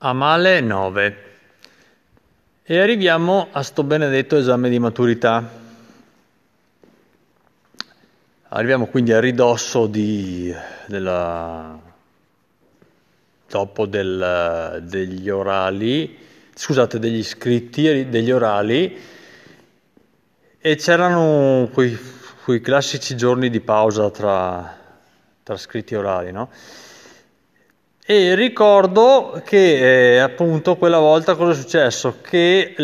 A male 9 e arriviamo a sto benedetto esame di maturità. Arriviamo quindi a ridosso degli orali, scusate, degli scritti e degli orali, e c'erano quei classici giorni di pausa tra scritti e orali, no? E ricordo che appunto quella volta cosa è successo? Che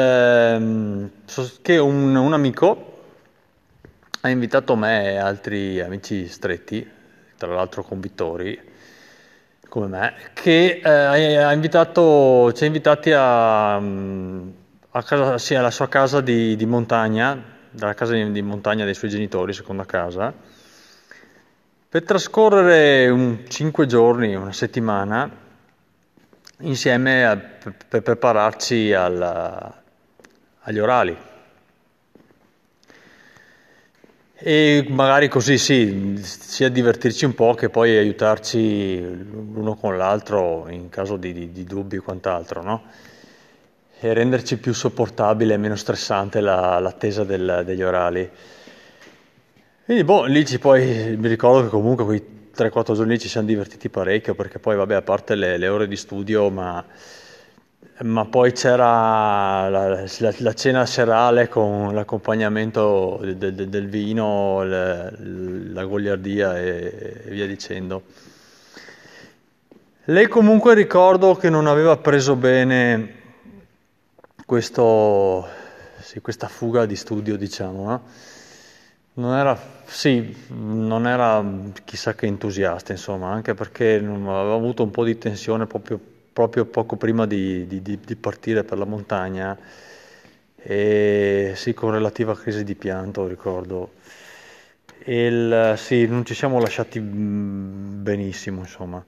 un amico ha invitato me e altri amici stretti, tra l'altro convittori come me, che ci ha invitati a casa, sì, alla sua casa di montagna, dalla casa di montagna dei suoi genitori, seconda casa, per trascorrere 5 giorni, una settimana, insieme per prepararci agli orali. E magari così sì, sia divertirci un po' che poi aiutarci l'uno con l'altro in caso di dubbi e quant'altro, no? E renderci più sopportabile e meno stressante l'attesa degli orali. Quindi lì poi mi ricordo che comunque quei 3-4 giorni lì ci siamo divertiti parecchio, perché poi vabbè, a parte le ore di studio, ma poi c'era la cena serale con l'accompagnamento del vino, la goliardia e via dicendo. Lei comunque ricordo che non aveva preso bene questa fuga di studio, diciamo, no? Non era chissà che entusiasta, insomma, anche perché aveva avuto un po' di tensione proprio poco prima di partire per la montagna, e sì, con relativa crisi di pianto, ricordo. Sì, non ci siamo lasciati benissimo, insomma.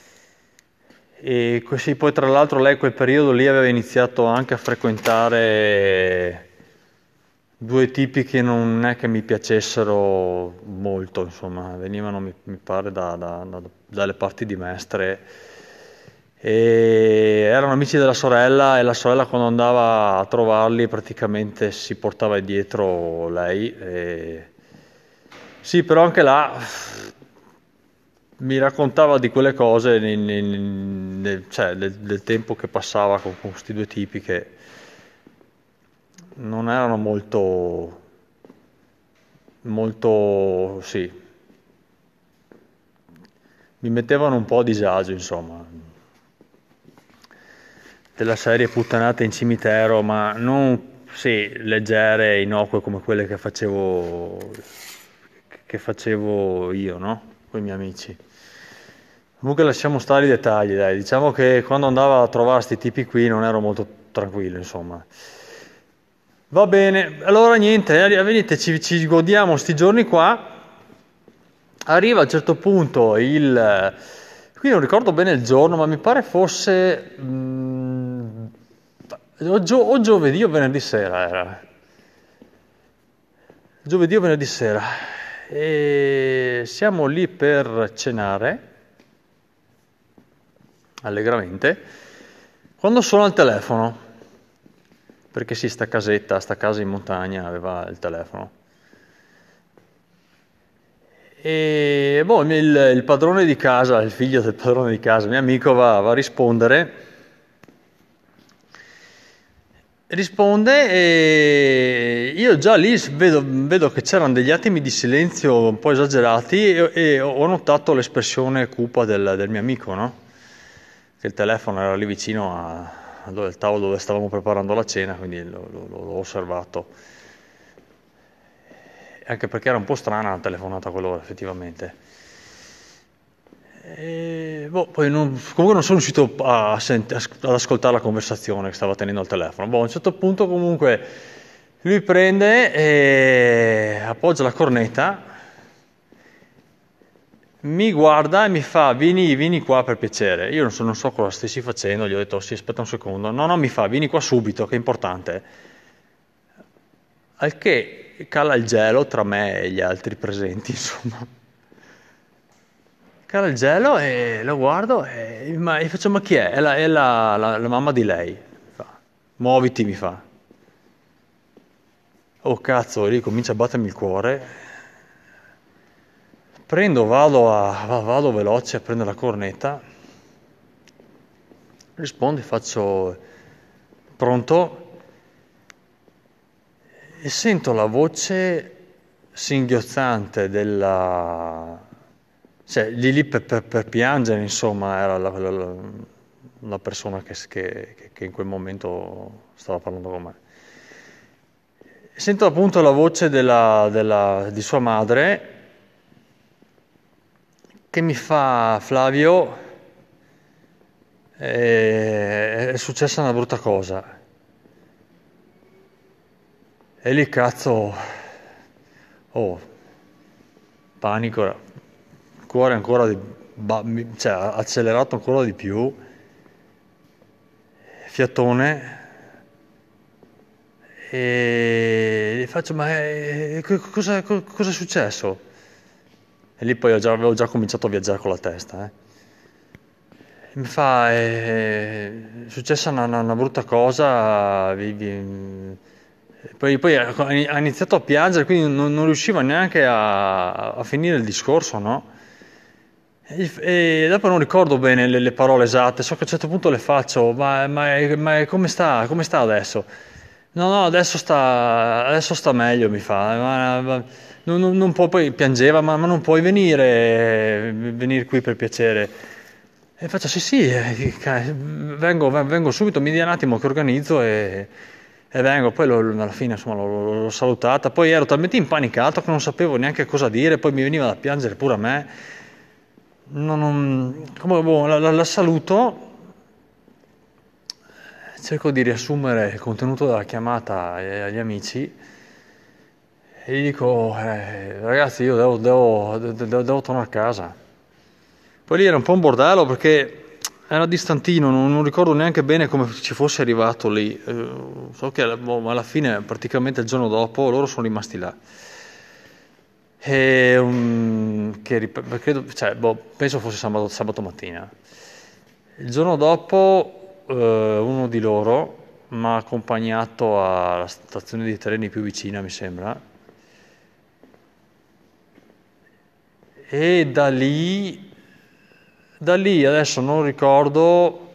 E così poi tra l'altro lei quel periodo lì aveva iniziato anche a frequentare due tipi che non è che mi piacessero molto, insomma, venivano mi pare dalle parti di Mestre, e erano amici della sorella, e la sorella quando andava a trovarli praticamente si portava dietro lei. Sì, però anche là mi raccontava di quelle cose cioè, del tempo che passava con questi due tipi che non erano molto, sì, mi mettevano un po' a disagio, insomma, della serie puttanate in cimitero, ma non, sì, leggere e innocue come quelle che facevo io, no? Con i miei amici. Comunque lasciamo stare i dettagli, dai. Diciamo che quando andavo a trovare questi tipi qui non ero molto tranquillo, insomma. Va bene, allora niente, vedete, ci godiamo sti giorni qua. Arriva a un certo punto qui non ricordo bene il giorno, ma mi pare fosse o giovedì o venerdì sera era. Giovedì o venerdì sera. E siamo lì per cenare, allegramente, quando suona il telefono. Perché sì, sta casa in montagna aveva il telefono. E il padrone di casa, il figlio del padrone di casa, mio amico, va a rispondere. Risponde e io già lì vedo che c'erano degli attimi di silenzio un po' esagerati, e ho notato l'espressione cupa del mio amico, no? Che il telefono era lì vicino al tavolo dove stavamo preparando la cena, quindi l'ho osservato. Anche perché era un po' strana la telefonata a quell'ora, effettivamente. Poi comunque non sono riuscito ad ascoltare la conversazione che stava tenendo al telefono. A un certo punto comunque lui prende e appoggia la cornetta, mi guarda e mi fa vieni qua per piacere. Io non so cosa stessi facendo, gli ho detto sì, aspetta un secondo. No, mi fa vieni qua subito, che è importante. Al che cala il gelo tra me e gli altri presenti, insomma. cala il gelo e lo guardo e gli faccio, ma chi è? È la mamma di lei. Fa, muoviti, mi fa. Oh cazzo, e lì comincia a battermi il cuore. Vado veloce a prendere la cornetta. Rispondo e faccio, pronto? E sento la voce singhiozzante cioè, lì per piangere, insomma, era la persona che in quel momento stava parlando con me. Sento appunto la voce di sua madre che mi fa, Flavio, è successa una brutta cosa. E lì cazzo, oh, panico, il cuore ancora cioè accelerato ancora di più, fiatone, e gli faccio, ma cosa è successo? E lì poi avevo già cominciato a viaggiare con la testa, E mi fa, è successa una brutta cosa, poi ha iniziato a piangere, quindi non riusciva neanche a finire il discorso, no? E dopo non ricordo bene le parole esatte, so che a un certo punto le faccio, ma come sta? Come sta adesso? No, adesso sta meglio, mi fa. Non può, poi piangeva, ma non puoi venire qui per piacere. E faccio, sì, vengo subito, mi dia un attimo che organizzo e vengo. Poi alla fine, insomma, l'ho salutata. Poi ero talmente impanicato che non sapevo neanche cosa dire, poi mi veniva da piangere pure a me. La saluto, cerco di riassumere il contenuto della chiamata agli amici e gli dico, ragazzi, io devo tornare a casa. Poi lì era un po' un bordello perché era distantino, non ricordo neanche bene come ci fosse arrivato lì. So che alla fine, praticamente il giorno dopo, loro sono rimasti là. Penso fosse sabato mattina. Il giorno dopo uno di loro mi ha accompagnato alla stazione di treni più vicina, mi sembra, e da lì adesso non ricordo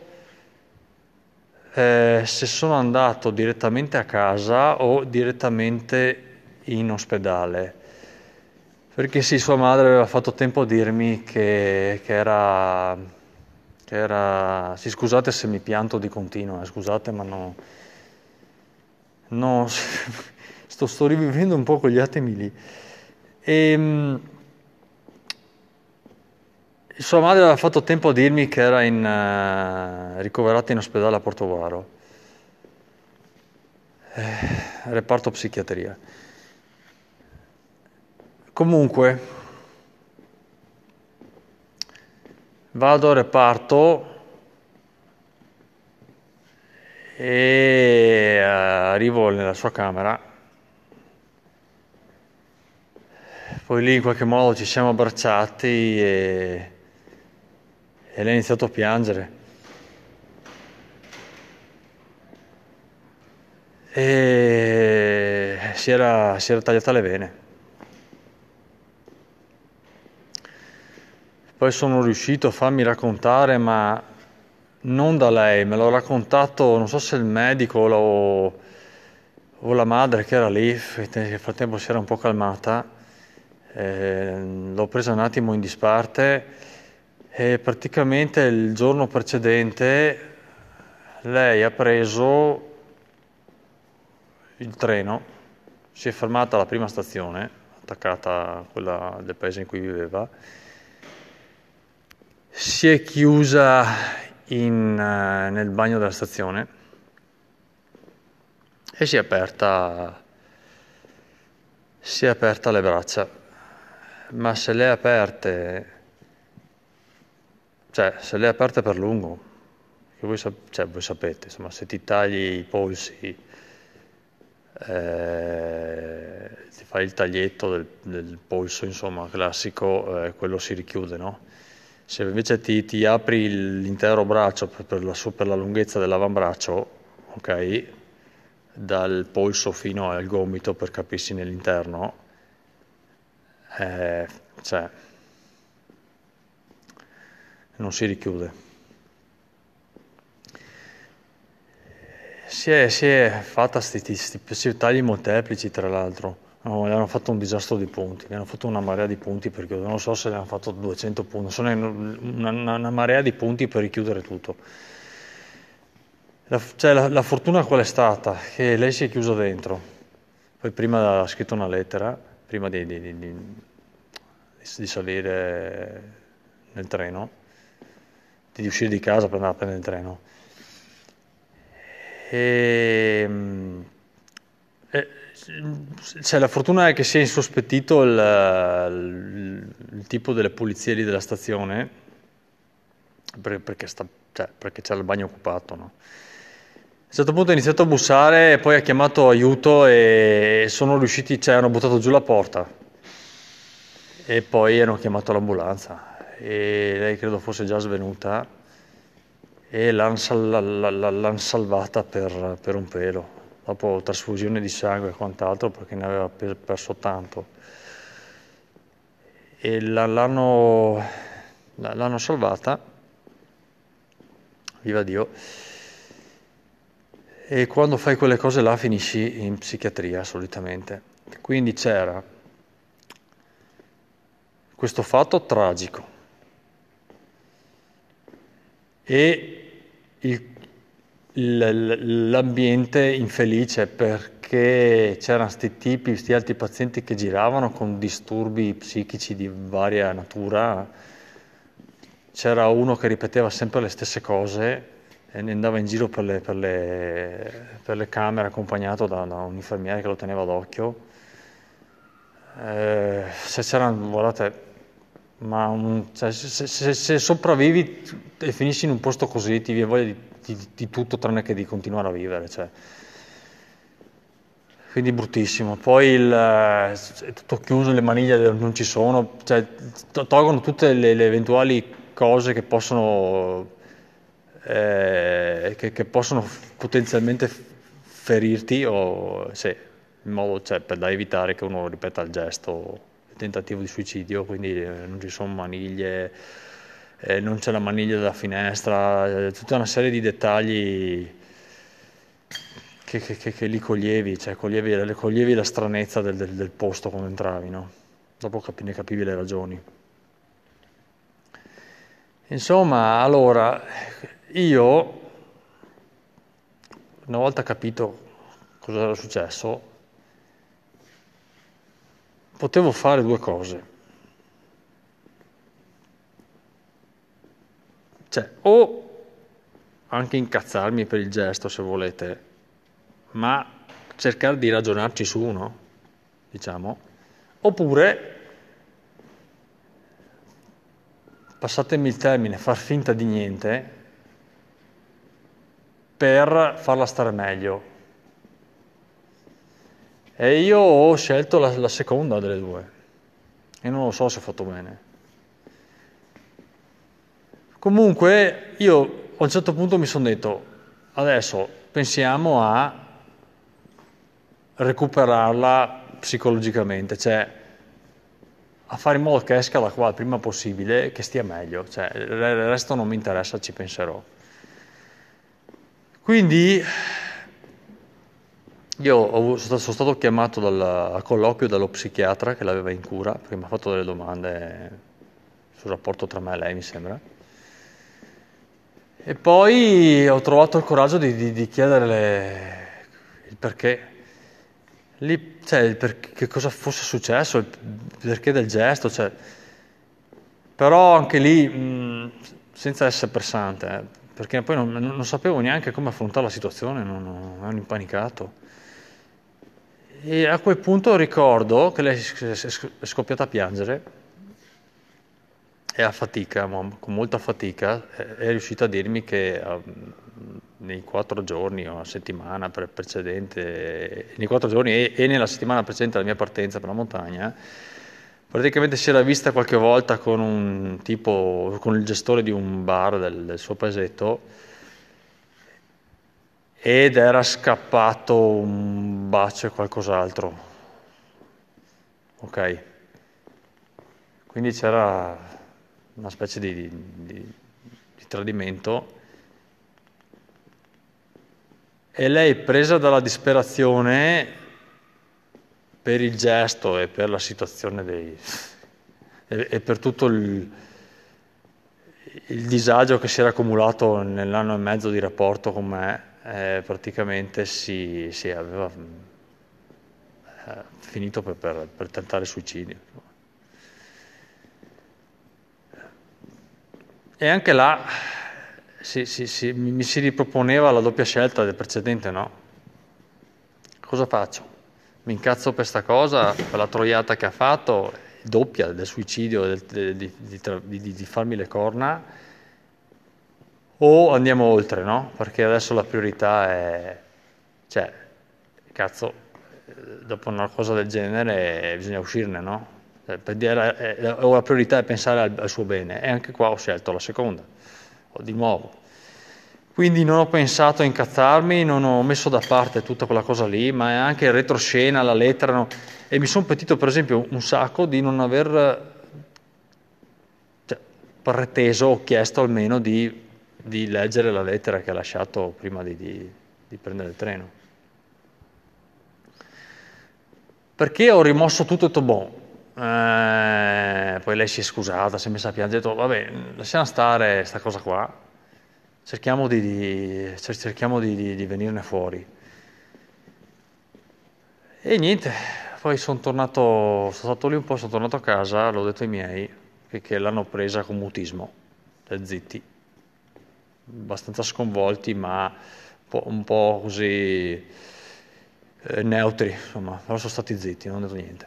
se sono andato direttamente a casa o direttamente in ospedale. Perché sì, sua madre aveva fatto tempo a dirmi che era... Sì, scusate se mi pianto di continuo, scusate, ma no... No, sto rivivendo un po' quegli attimi lì. Sua madre aveva fatto tempo a dirmi che era ricoverata in ospedale a Portovaro, reparto psichiatria. Comunque, vado al reparto e arrivo nella sua camera, poi lì in qualche modo ci siamo abbracciati e lei ha iniziato a piangere. E si era tagliata le vene. Poi sono riuscito a farmi raccontare, ma non da lei, me l'ho raccontato, non so se il medico o la madre che era lì, che nel frattempo si era un po' calmata, l'ho presa un attimo in disparte e praticamente il giorno precedente lei ha preso il treno, si è fermata alla prima stazione, attaccata a quella del paese in cui viveva, si è chiusa nel bagno della stazione e si è aperta le braccia, ma se le ha aperte, se le ha aperte per lungo, che voi sapete, insomma, se ti tagli i polsi, ti fai il taglietto del polso, insomma, classico, quello si richiude, no? Se invece ti apri l'intero braccio per la lunghezza dell'avambraccio, ok, dal polso fino al gomito per capirsi nell'interno, cioè, non si richiude. Si è fatta questi tagli molteplici, tra l'altro. No, gli hanno fatto un disastro di punti, gli hanno fatto una marea di punti perché non so se gli hanno fatto 200 punti, sono una marea di punti per richiudere tutto. La fortuna qual è stata? Che lei si è chiusa dentro, poi prima ha scritto una lettera, prima di salire nel treno, di uscire di casa per andare a prendere il treno. Cioè, la fortuna è che si è insospettito il tipo delle pulizie lì della stazione, perché c'era il bagno occupato, no? A un certo punto ha iniziato a bussare, poi ha chiamato aiuto e sono riusciti, cioè hanno buttato giù la porta e poi hanno chiamato l'ambulanza e lei credo fosse già svenuta e l'hanno salvata per un pelo, dopo trasfusione di sangue e quant'altro perché ne aveva perso tanto. E l'hanno salvata, viva Dio. E quando fai quelle cose là finisci in psichiatria solitamente. Quindi c'era questo fatto tragico e l'ambiente infelice perché c'erano sti altri pazienti che giravano con disturbi psichici di varia natura. C'era uno che ripeteva sempre le stesse cose e ne andava in giro per le camere accompagnato da un infermiere che lo teneva d'occhio. Se c'erano, guardate, cioè, se sopravvivi e finisci in un posto così ti viene voglia di tutto tranne che di continuare a vivere, cioè. Quindi bruttissimo. Poi è tutto chiuso, le maniglie non ci sono, cioè, tolgono tutte le eventuali cose che possono potenzialmente ferirti o in modo, cioè, da evitare che uno ripeta il gesto, il tentativo di suicidio, quindi non ci sono maniglie, non c'è la maniglia della finestra, tutta una serie di dettagli che li coglievi, cioè coglievi la stranezza del posto quando entravi, no? Dopo ne capivi le ragioni. Insomma, allora, io, una volta capito cosa era successo, potevo fare due cose. Cioè, o anche incazzarmi per il gesto, se volete, ma cercare di ragionarci su, no? Diciamo. Oppure, passatemi il termine, far finta di niente per farla stare meglio. E io ho scelto la seconda delle due e non lo so se ho fatto bene. Comunque io a un certo punto mi sono detto, adesso pensiamo a recuperarla psicologicamente, cioè a fare in modo che esca da qua il prima possibile, che stia meglio, cioè il resto non mi interessa, ci penserò. Quindi io sono stato chiamato a colloquio dallo psichiatra che l'aveva in cura, perché mi ha fatto delle domande sul rapporto tra me e lei, mi sembra. E poi ho trovato il coraggio di chiedere il perché. Lì, cioè, che cosa fosse successo, il perché del gesto, cioè. Però anche lì, senza essere pressante, perché poi non sapevo neanche come affrontare la situazione, ero impanicato. E a quel punto ricordo che lei è scoppiata a piangere e a fatica, con molta fatica, è riuscita a dirmi che nei 4 giorni o una settimana precedente, nei 4 giorni e nella settimana precedente alla mia partenza per la montagna, praticamente si era vista qualche volta con un tipo, con il gestore di un bar del suo paesetto, ed era scappato un bacio e qualcos'altro. Ok? Quindi c'era una specie di tradimento. E lei, presa dalla disperazione per il gesto e per la situazione e per tutto il disagio che si era accumulato nell'anno e mezzo di rapporto con me, praticamente si aveva finito per tentare suicidio. E anche là mi si riproponeva la doppia scelta del precedente, no? Cosa faccio? Mi incazzo per sta cosa, per la troiata che ha fatto, doppia del suicidio, di farmi le corna, o andiamo oltre, no? Perché adesso la priorità è, cioè, cazzo, dopo una cosa del genere bisogna uscirne, no? O la priorità è pensare al suo bene, e anche qua ho scelto la seconda, o di nuovo. Quindi non ho pensato a incazzarmi, non ho messo da parte tutta quella cosa lì, ma è anche il retroscena, la lettera, no? E mi sono pentito per esempio un sacco di non aver preteso o chiesto almeno di leggere la lettera che ha lasciato prima di prendere il treno. Perché ho rimosso tutto e detto, boh, poi lei si è scusata, si è messa a piangere, ha detto, vabbè, lasciamo stare sta cosa qua, cerchiamo di venirne fuori. E niente, poi sono stato lì un po', sono tornato a casa, l'ho detto ai miei, che l'hanno presa con mutismo, zitti, abbastanza sconvolti, ma un po' così neutri, insomma, però sono stati zitti, non ho detto niente.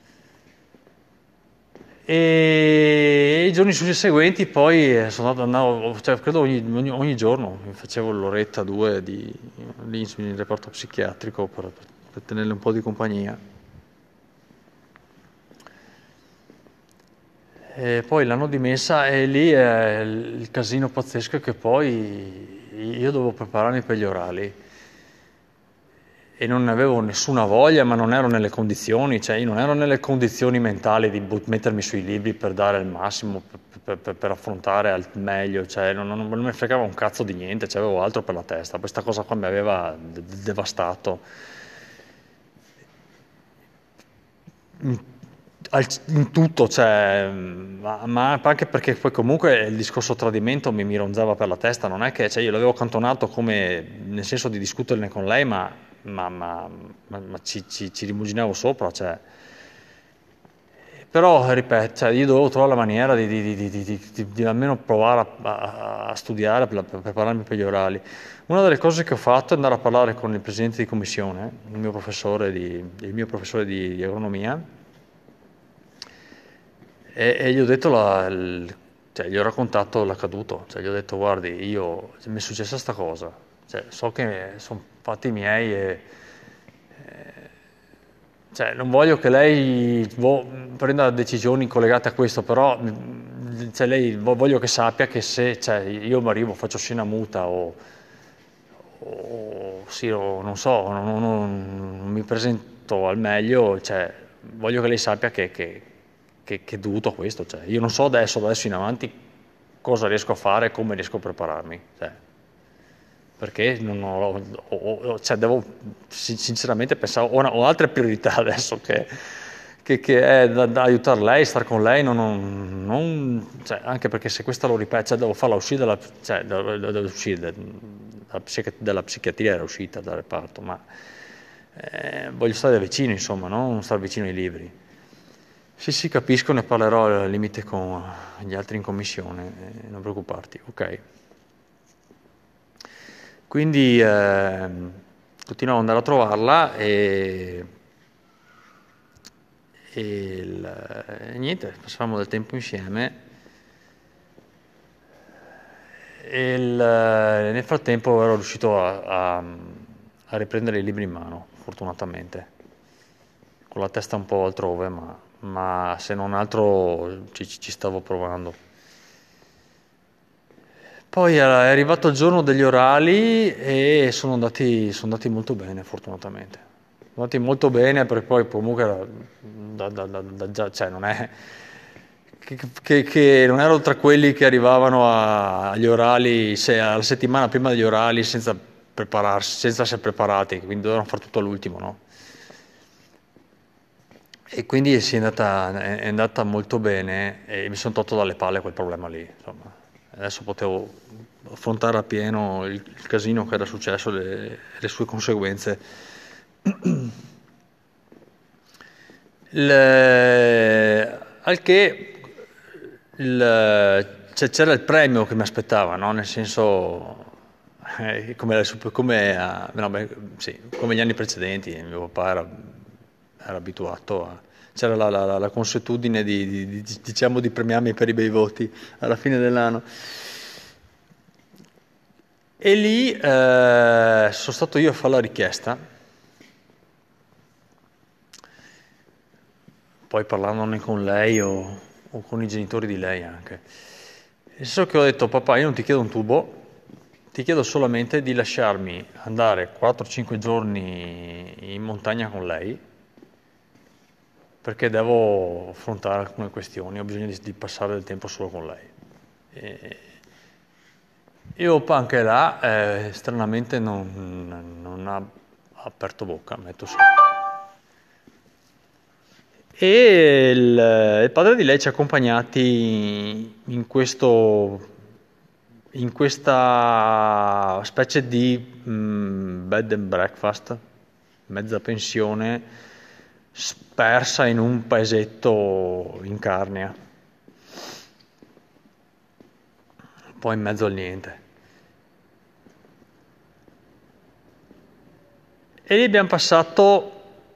E i giorni susseguenti poi andavo, cioè, credo ogni giorno mi facevo l'oretta, due lì in reparto psichiatrico per tenerle un po' di compagnia. E poi l'hanno dimessa e lì è il casino pazzesco che poi io dovevo prepararmi per gli orali e non ne avevo nessuna voglia, ma non ero nelle condizioni, cioè io non ero nelle condizioni mentali di mettermi sui libri per dare il massimo, per affrontare al meglio, cioè non me ne fregava un cazzo di niente, cioè avevo altro per la testa, questa cosa qua mi aveva devastato. In tutto, cioè, ma anche perché poi comunque il discorso tradimento mi ronzava per la testa, non è che, cioè, io l'avevo accantonato come nel senso di discuterne con lei, ma ci rimuginavo sopra, cioè. Però, ripeto, cioè, io dovevo trovare la maniera di almeno provare a studiare per prepararmi per gli orali. Una delle cose che ho fatto è andare a parlare con il presidente di commissione, il mio professore di agronomia, e gli ho detto, cioè, gli ho raccontato l'accaduto, cioè, gli ho detto, guardi, mi è successa sta cosa, cioè, so che sono fatti miei e cioè, non voglio che lei prenda decisioni collegate a questo, però cioè, voglio che sappia che se cioè, io mi arrivo, faccio scena muta sì, o non so, non mi presento al meglio, cioè, voglio che lei sappia che è dovuto a questo. Cioè, io non so da adesso in avanti cosa riesco a fare, come riesco a prepararmi. Cioè, perché non cioè devo sinceramente pensare, ho altre priorità adesso che è da aiutare lei, star con lei, cioè, anche perché se questa lo ripete, cioè, devo farla uscire dalla psichiatria, era uscita dal reparto, ma voglio stare vicino, insomma, no? Non stare vicino ai libri. Sì, capisco, ne parlerò al limite con gli altri in commissione, non preoccuparti, ok. Quindi continuavo ad andare a trovarla e niente, passavamo del tempo insieme e nel frattempo ero riuscito a riprendere i libri in mano, fortunatamente, con la testa un po' altrove, ma ma se non altro ci stavo provando. Poi è arrivato il giorno degli orali e sono andati molto bene, fortunatamente. Sono andati molto bene perché poi comunque cioè non è che non ero tra quelli che arrivavano agli orali alla settimana prima degli orali senza prepararsi, senza essere preparati, quindi dovevano fare tutto all'ultimo, no? E quindi sì, è andata molto bene e mi sono tolto dalle palle quel problema lì, insomma. Adesso potevo affrontare appieno il casino che era successo e le sue conseguenze. Al che c'era il premio che mi aspettava, no? Nel senso, no, beh, sì, come gli anni precedenti, mio papà era abituato c'era la consuetudine diciamo, di premiarmi per i bei voti alla fine dell'anno. E lì sono stato io a fare la richiesta, poi parlandone con lei o con i genitori di lei anche. Nel senso che ho detto, papà, io non ti chiedo un tubo, ti chiedo solamente di lasciarmi andare 4-5 giorni in montagna con lei, perché devo affrontare alcune questioni, ho bisogno di passare del tempo solo con lei. E papà anche là, stranamente non ha aperto bocca, ammetto sì. E il padre di lei ci ha accompagnati in questa specie di bed and breakfast, mezza pensione, spersa in un paesetto in Carnia, un po' in mezzo al niente. E lì abbiamo passato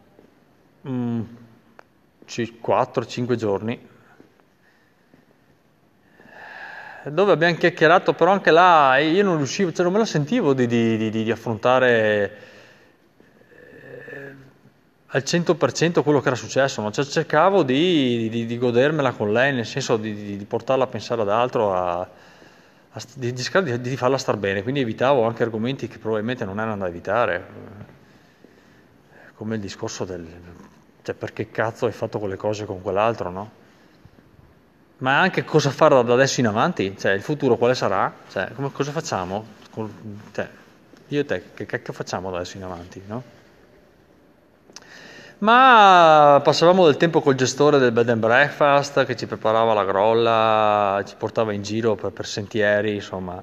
4-5 giorni, dove abbiamo chiacchierato, però anche là io non riuscivo, cioè non me la sentivo di affrontare al 100% quello che era successo, no? Cioè, cercavo di godermela con lei, nel senso di portarla a pensare ad altro, di farla star bene, quindi evitavo anche argomenti che probabilmente non erano da evitare, come il discorso cioè perché cazzo hai fatto quelle cose con quell'altro, no? Ma anche cosa fare da adesso in avanti, cioè il futuro quale sarà? Cioè, cosa facciamo? Cioè, io e te, che cacchio facciamo da adesso in avanti, no? Ma passavamo del tempo col gestore del bed and breakfast che ci preparava la grolla, ci portava in giro per sentieri, insomma.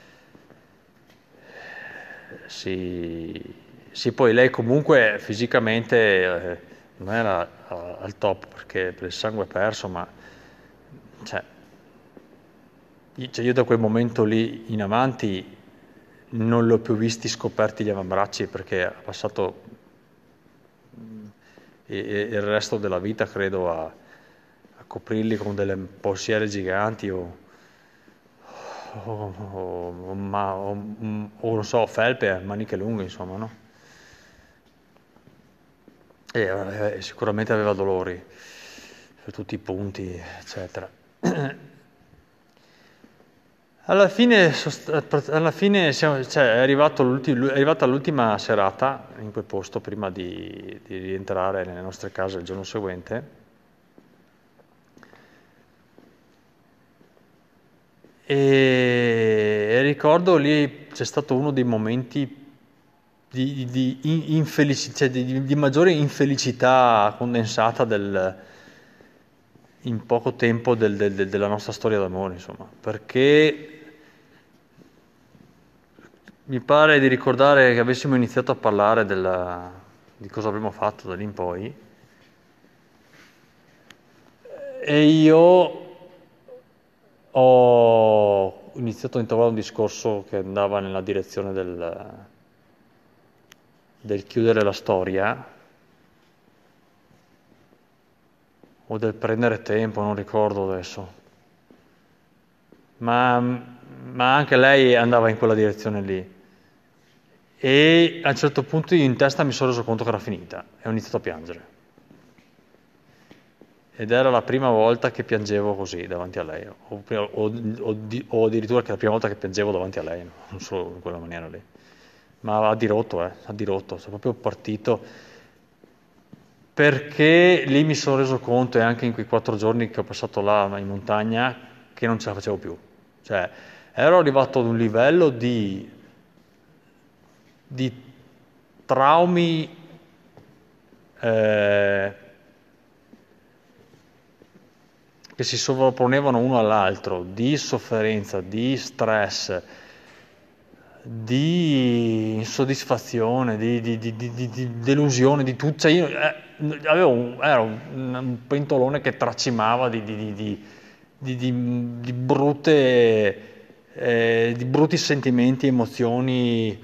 Sì, poi lei comunque fisicamente non era al top perché per il sangue perso, ma cioè io da quel momento lì in avanti non l'ho più visti scoperti gli avambracci perché ha passato il resto della vita, credo, a coprirli con delle polsiere giganti o non so, felpe a maniche lunghe, insomma, no? E sicuramente aveva dolori per tutti i punti, eccetera. Alla fine è arrivata l'ultima serata in quel posto prima di rientrare nelle nostre case il giorno seguente. E ricordo lì c'è stato uno dei momenti cioè di maggiore infelicità condensata in poco tempo della nostra storia d'amore, insomma, perché mi pare di ricordare che avessimo iniziato a parlare di cosa avremmo fatto da lì in poi e io ho iniziato a intavolare un discorso che andava nella direzione del chiudere la storia o del prendere tempo, non ricordo adesso. Ma anche lei andava in quella direzione lì. E a un certo punto io in testa mi sono reso conto che era finita e ho iniziato a piangere. ed era la prima volta che piangevo così davanti a lei, o addirittura che la prima volta che piangevo davanti a lei, no? Non solo in quella maniera lì. Ma ha dirotto, sono proprio partito, perché lì mi sono reso conto, e anche in quei 4 giorni che ho passato là in montagna, che non ce la facevo più. Cioè, ero arrivato ad un livello di traumi che si sovrapponevano uno all'altro, di sofferenza, di stress, di insoddisfazione, di delusione, di tutto. Cioè io ero un pentolone che tracimava di di brutti sentimenti, emozioni,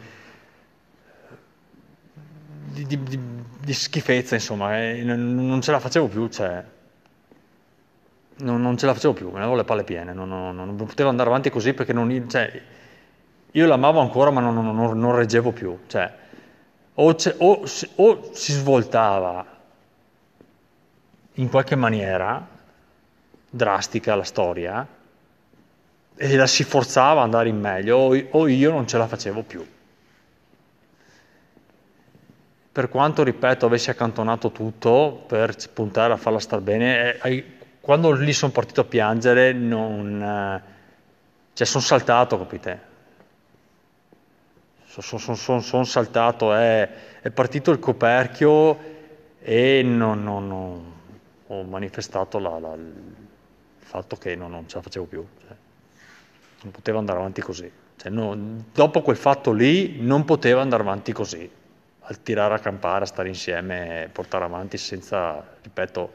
di schifezza, insomma, non ce la facevo più, cioè, non ce la facevo più, me ne avevo le palle piene, non potevo andare avanti così perché cioè, io l'amavo ancora ma non reggevo più, cioè, o si svoltava in qualche maniera drastica la storia e la si forzava ad andare in meglio, o io non ce la facevo più. Per quanto, ripeto, avessi accantonato tutto per puntare a farla star bene, quando lì sono partito a piangere, cioè sono saltato, capite? Sono saltato, è partito il coperchio e ho manifestato il fatto che non ce la facevo più. Cioè, non poteva andare avanti così. Cioè, dopo quel fatto lì non poteva andare avanti così, a tirare a campare, a stare insieme, portare avanti senza, ripeto,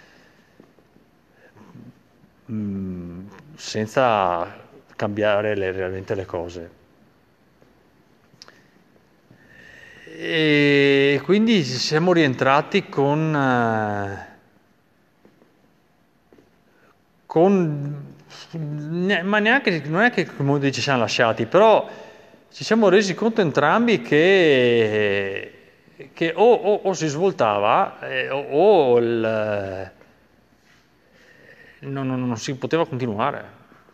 senza cambiare realmente le cose. E quindi siamo rientrati ma neanche, non è che come ci siamo lasciati, però ci siamo resi conto entrambi che o si svoltava non si poteva continuare.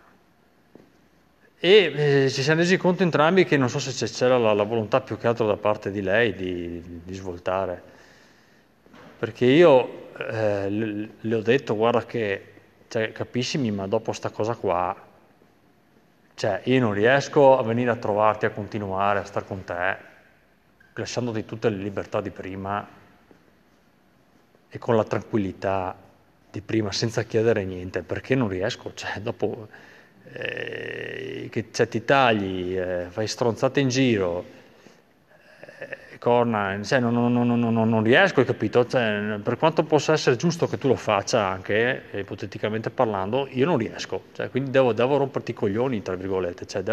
E ci siamo resi conto entrambi che non so se c'era la volontà più che altro da parte di lei di svoltare. Perché io le ho detto, guarda che, cioè, capiscimi, ma dopo sta cosa qua, cioè, io non riesco a venire a trovarti, a continuare a star con te, lasciandoti tutte le libertà di prima e con la tranquillità di prima, senza chiedere niente, perché non riesco, cioè, dopo che cioè, ti tagli, fai stronzate in giro, corna, cioè, non riesco, hai capito? Cioè, per quanto possa essere giusto che tu lo faccia anche, ipoteticamente parlando, io non riesco, cioè, quindi devo romperti i coglioni, tra virgolette, cioè,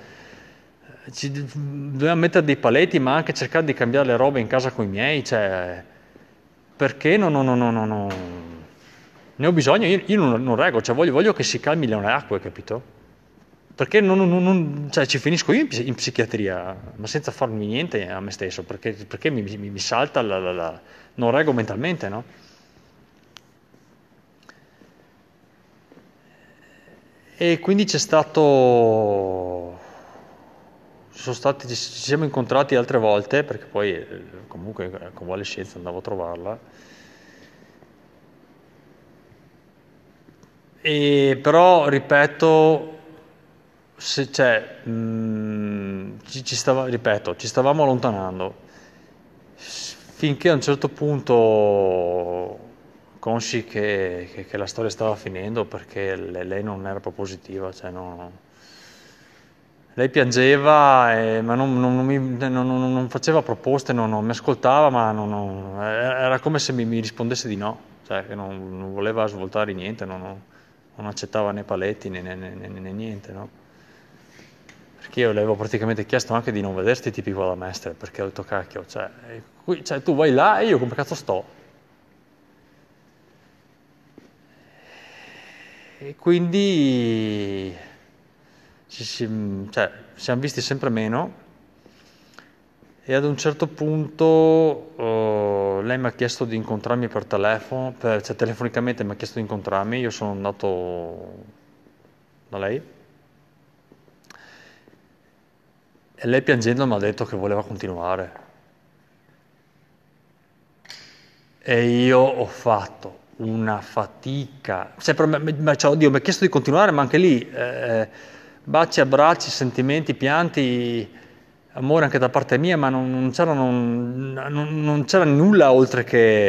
dobbiamo mettere dei paletti, ma anche cercare di cambiare le robe in casa con i miei, cioè, perché ne ho bisogno, io non reggo, cioè, voglio che si calmino le acque, capito? Perché cioè, ci finisco io in psichiatria, ma senza farmi niente a me stesso, perché mi salta non reggo mentalmente, no? E quindi ci siamo incontrati altre volte, perché poi comunque con convalescenza andavo a trovarla. Però, ripeto, cioè, ripeto, ci stavamo allontanando finché a un certo punto, consci che la storia stava finendo, perché lei non era propositiva, cioè lei piangeva, ma non faceva proposte, non mi ascoltava, ma era come se mi rispondesse di no, cioè che non voleva svoltare niente, non accettava né paletti né niente, no? Perché io le avevo praticamente chiesto anche di non vederti tipi qua da mestre, perché ho detto cacchio, cioè tu vai là e io come cazzo sto? E quindi cioè, siamo visti sempre meno e ad un certo punto lei mi ha chiesto di incontrarmi per telefono, cioè telefonicamente mi ha chiesto di incontrarmi, io sono andato da lei e lei piangendo mi ha detto che voleva continuare. E io ho fatto una fatica, cioè, cioè, oddio, mi ha chiesto di continuare, ma anche lì, baci, abbracci, sentimenti, pianti, amore anche da parte mia, ma non c'era nulla oltre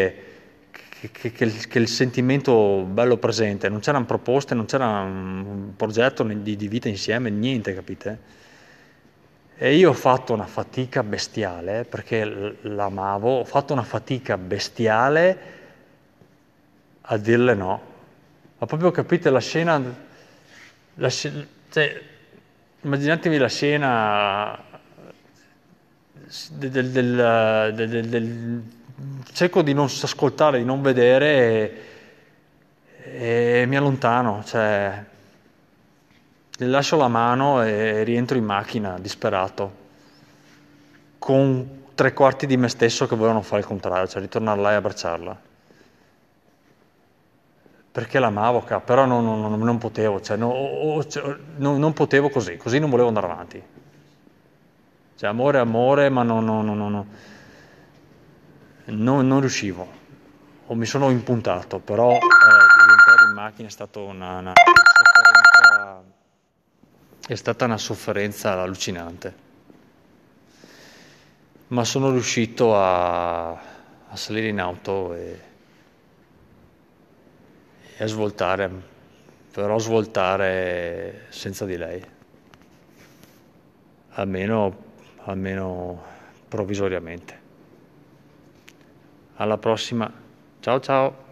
che il sentimento bello presente, non c'erano proposte, non c'era un progetto di vita insieme, niente, capite? E io ho fatto una fatica bestiale perché l'amavo, ho fatto una fatica bestiale a dirle no. Ma proprio capite la scena, cioè, immaginatevi la scena cerco di non ascoltare, di non vedere e mi allontano, cioè le lascio la mano e rientro in macchina disperato, con tre quarti di me stesso che volevano fare il contrario, cioè ritornare là e abbracciarla. Perché l'amavo, però non potevo, cioè, non potevo così non volevo andare avanti. Cioè, amore, amore, ma non riuscivo. O mi sono impuntato, però rientrare in macchina è stata una sofferenza, è stata una sofferenza allucinante. Ma sono riuscito a salire in auto e a svoltare, però svoltare senza di lei, almeno provvisoriamente. Alla prossima, ciao ciao!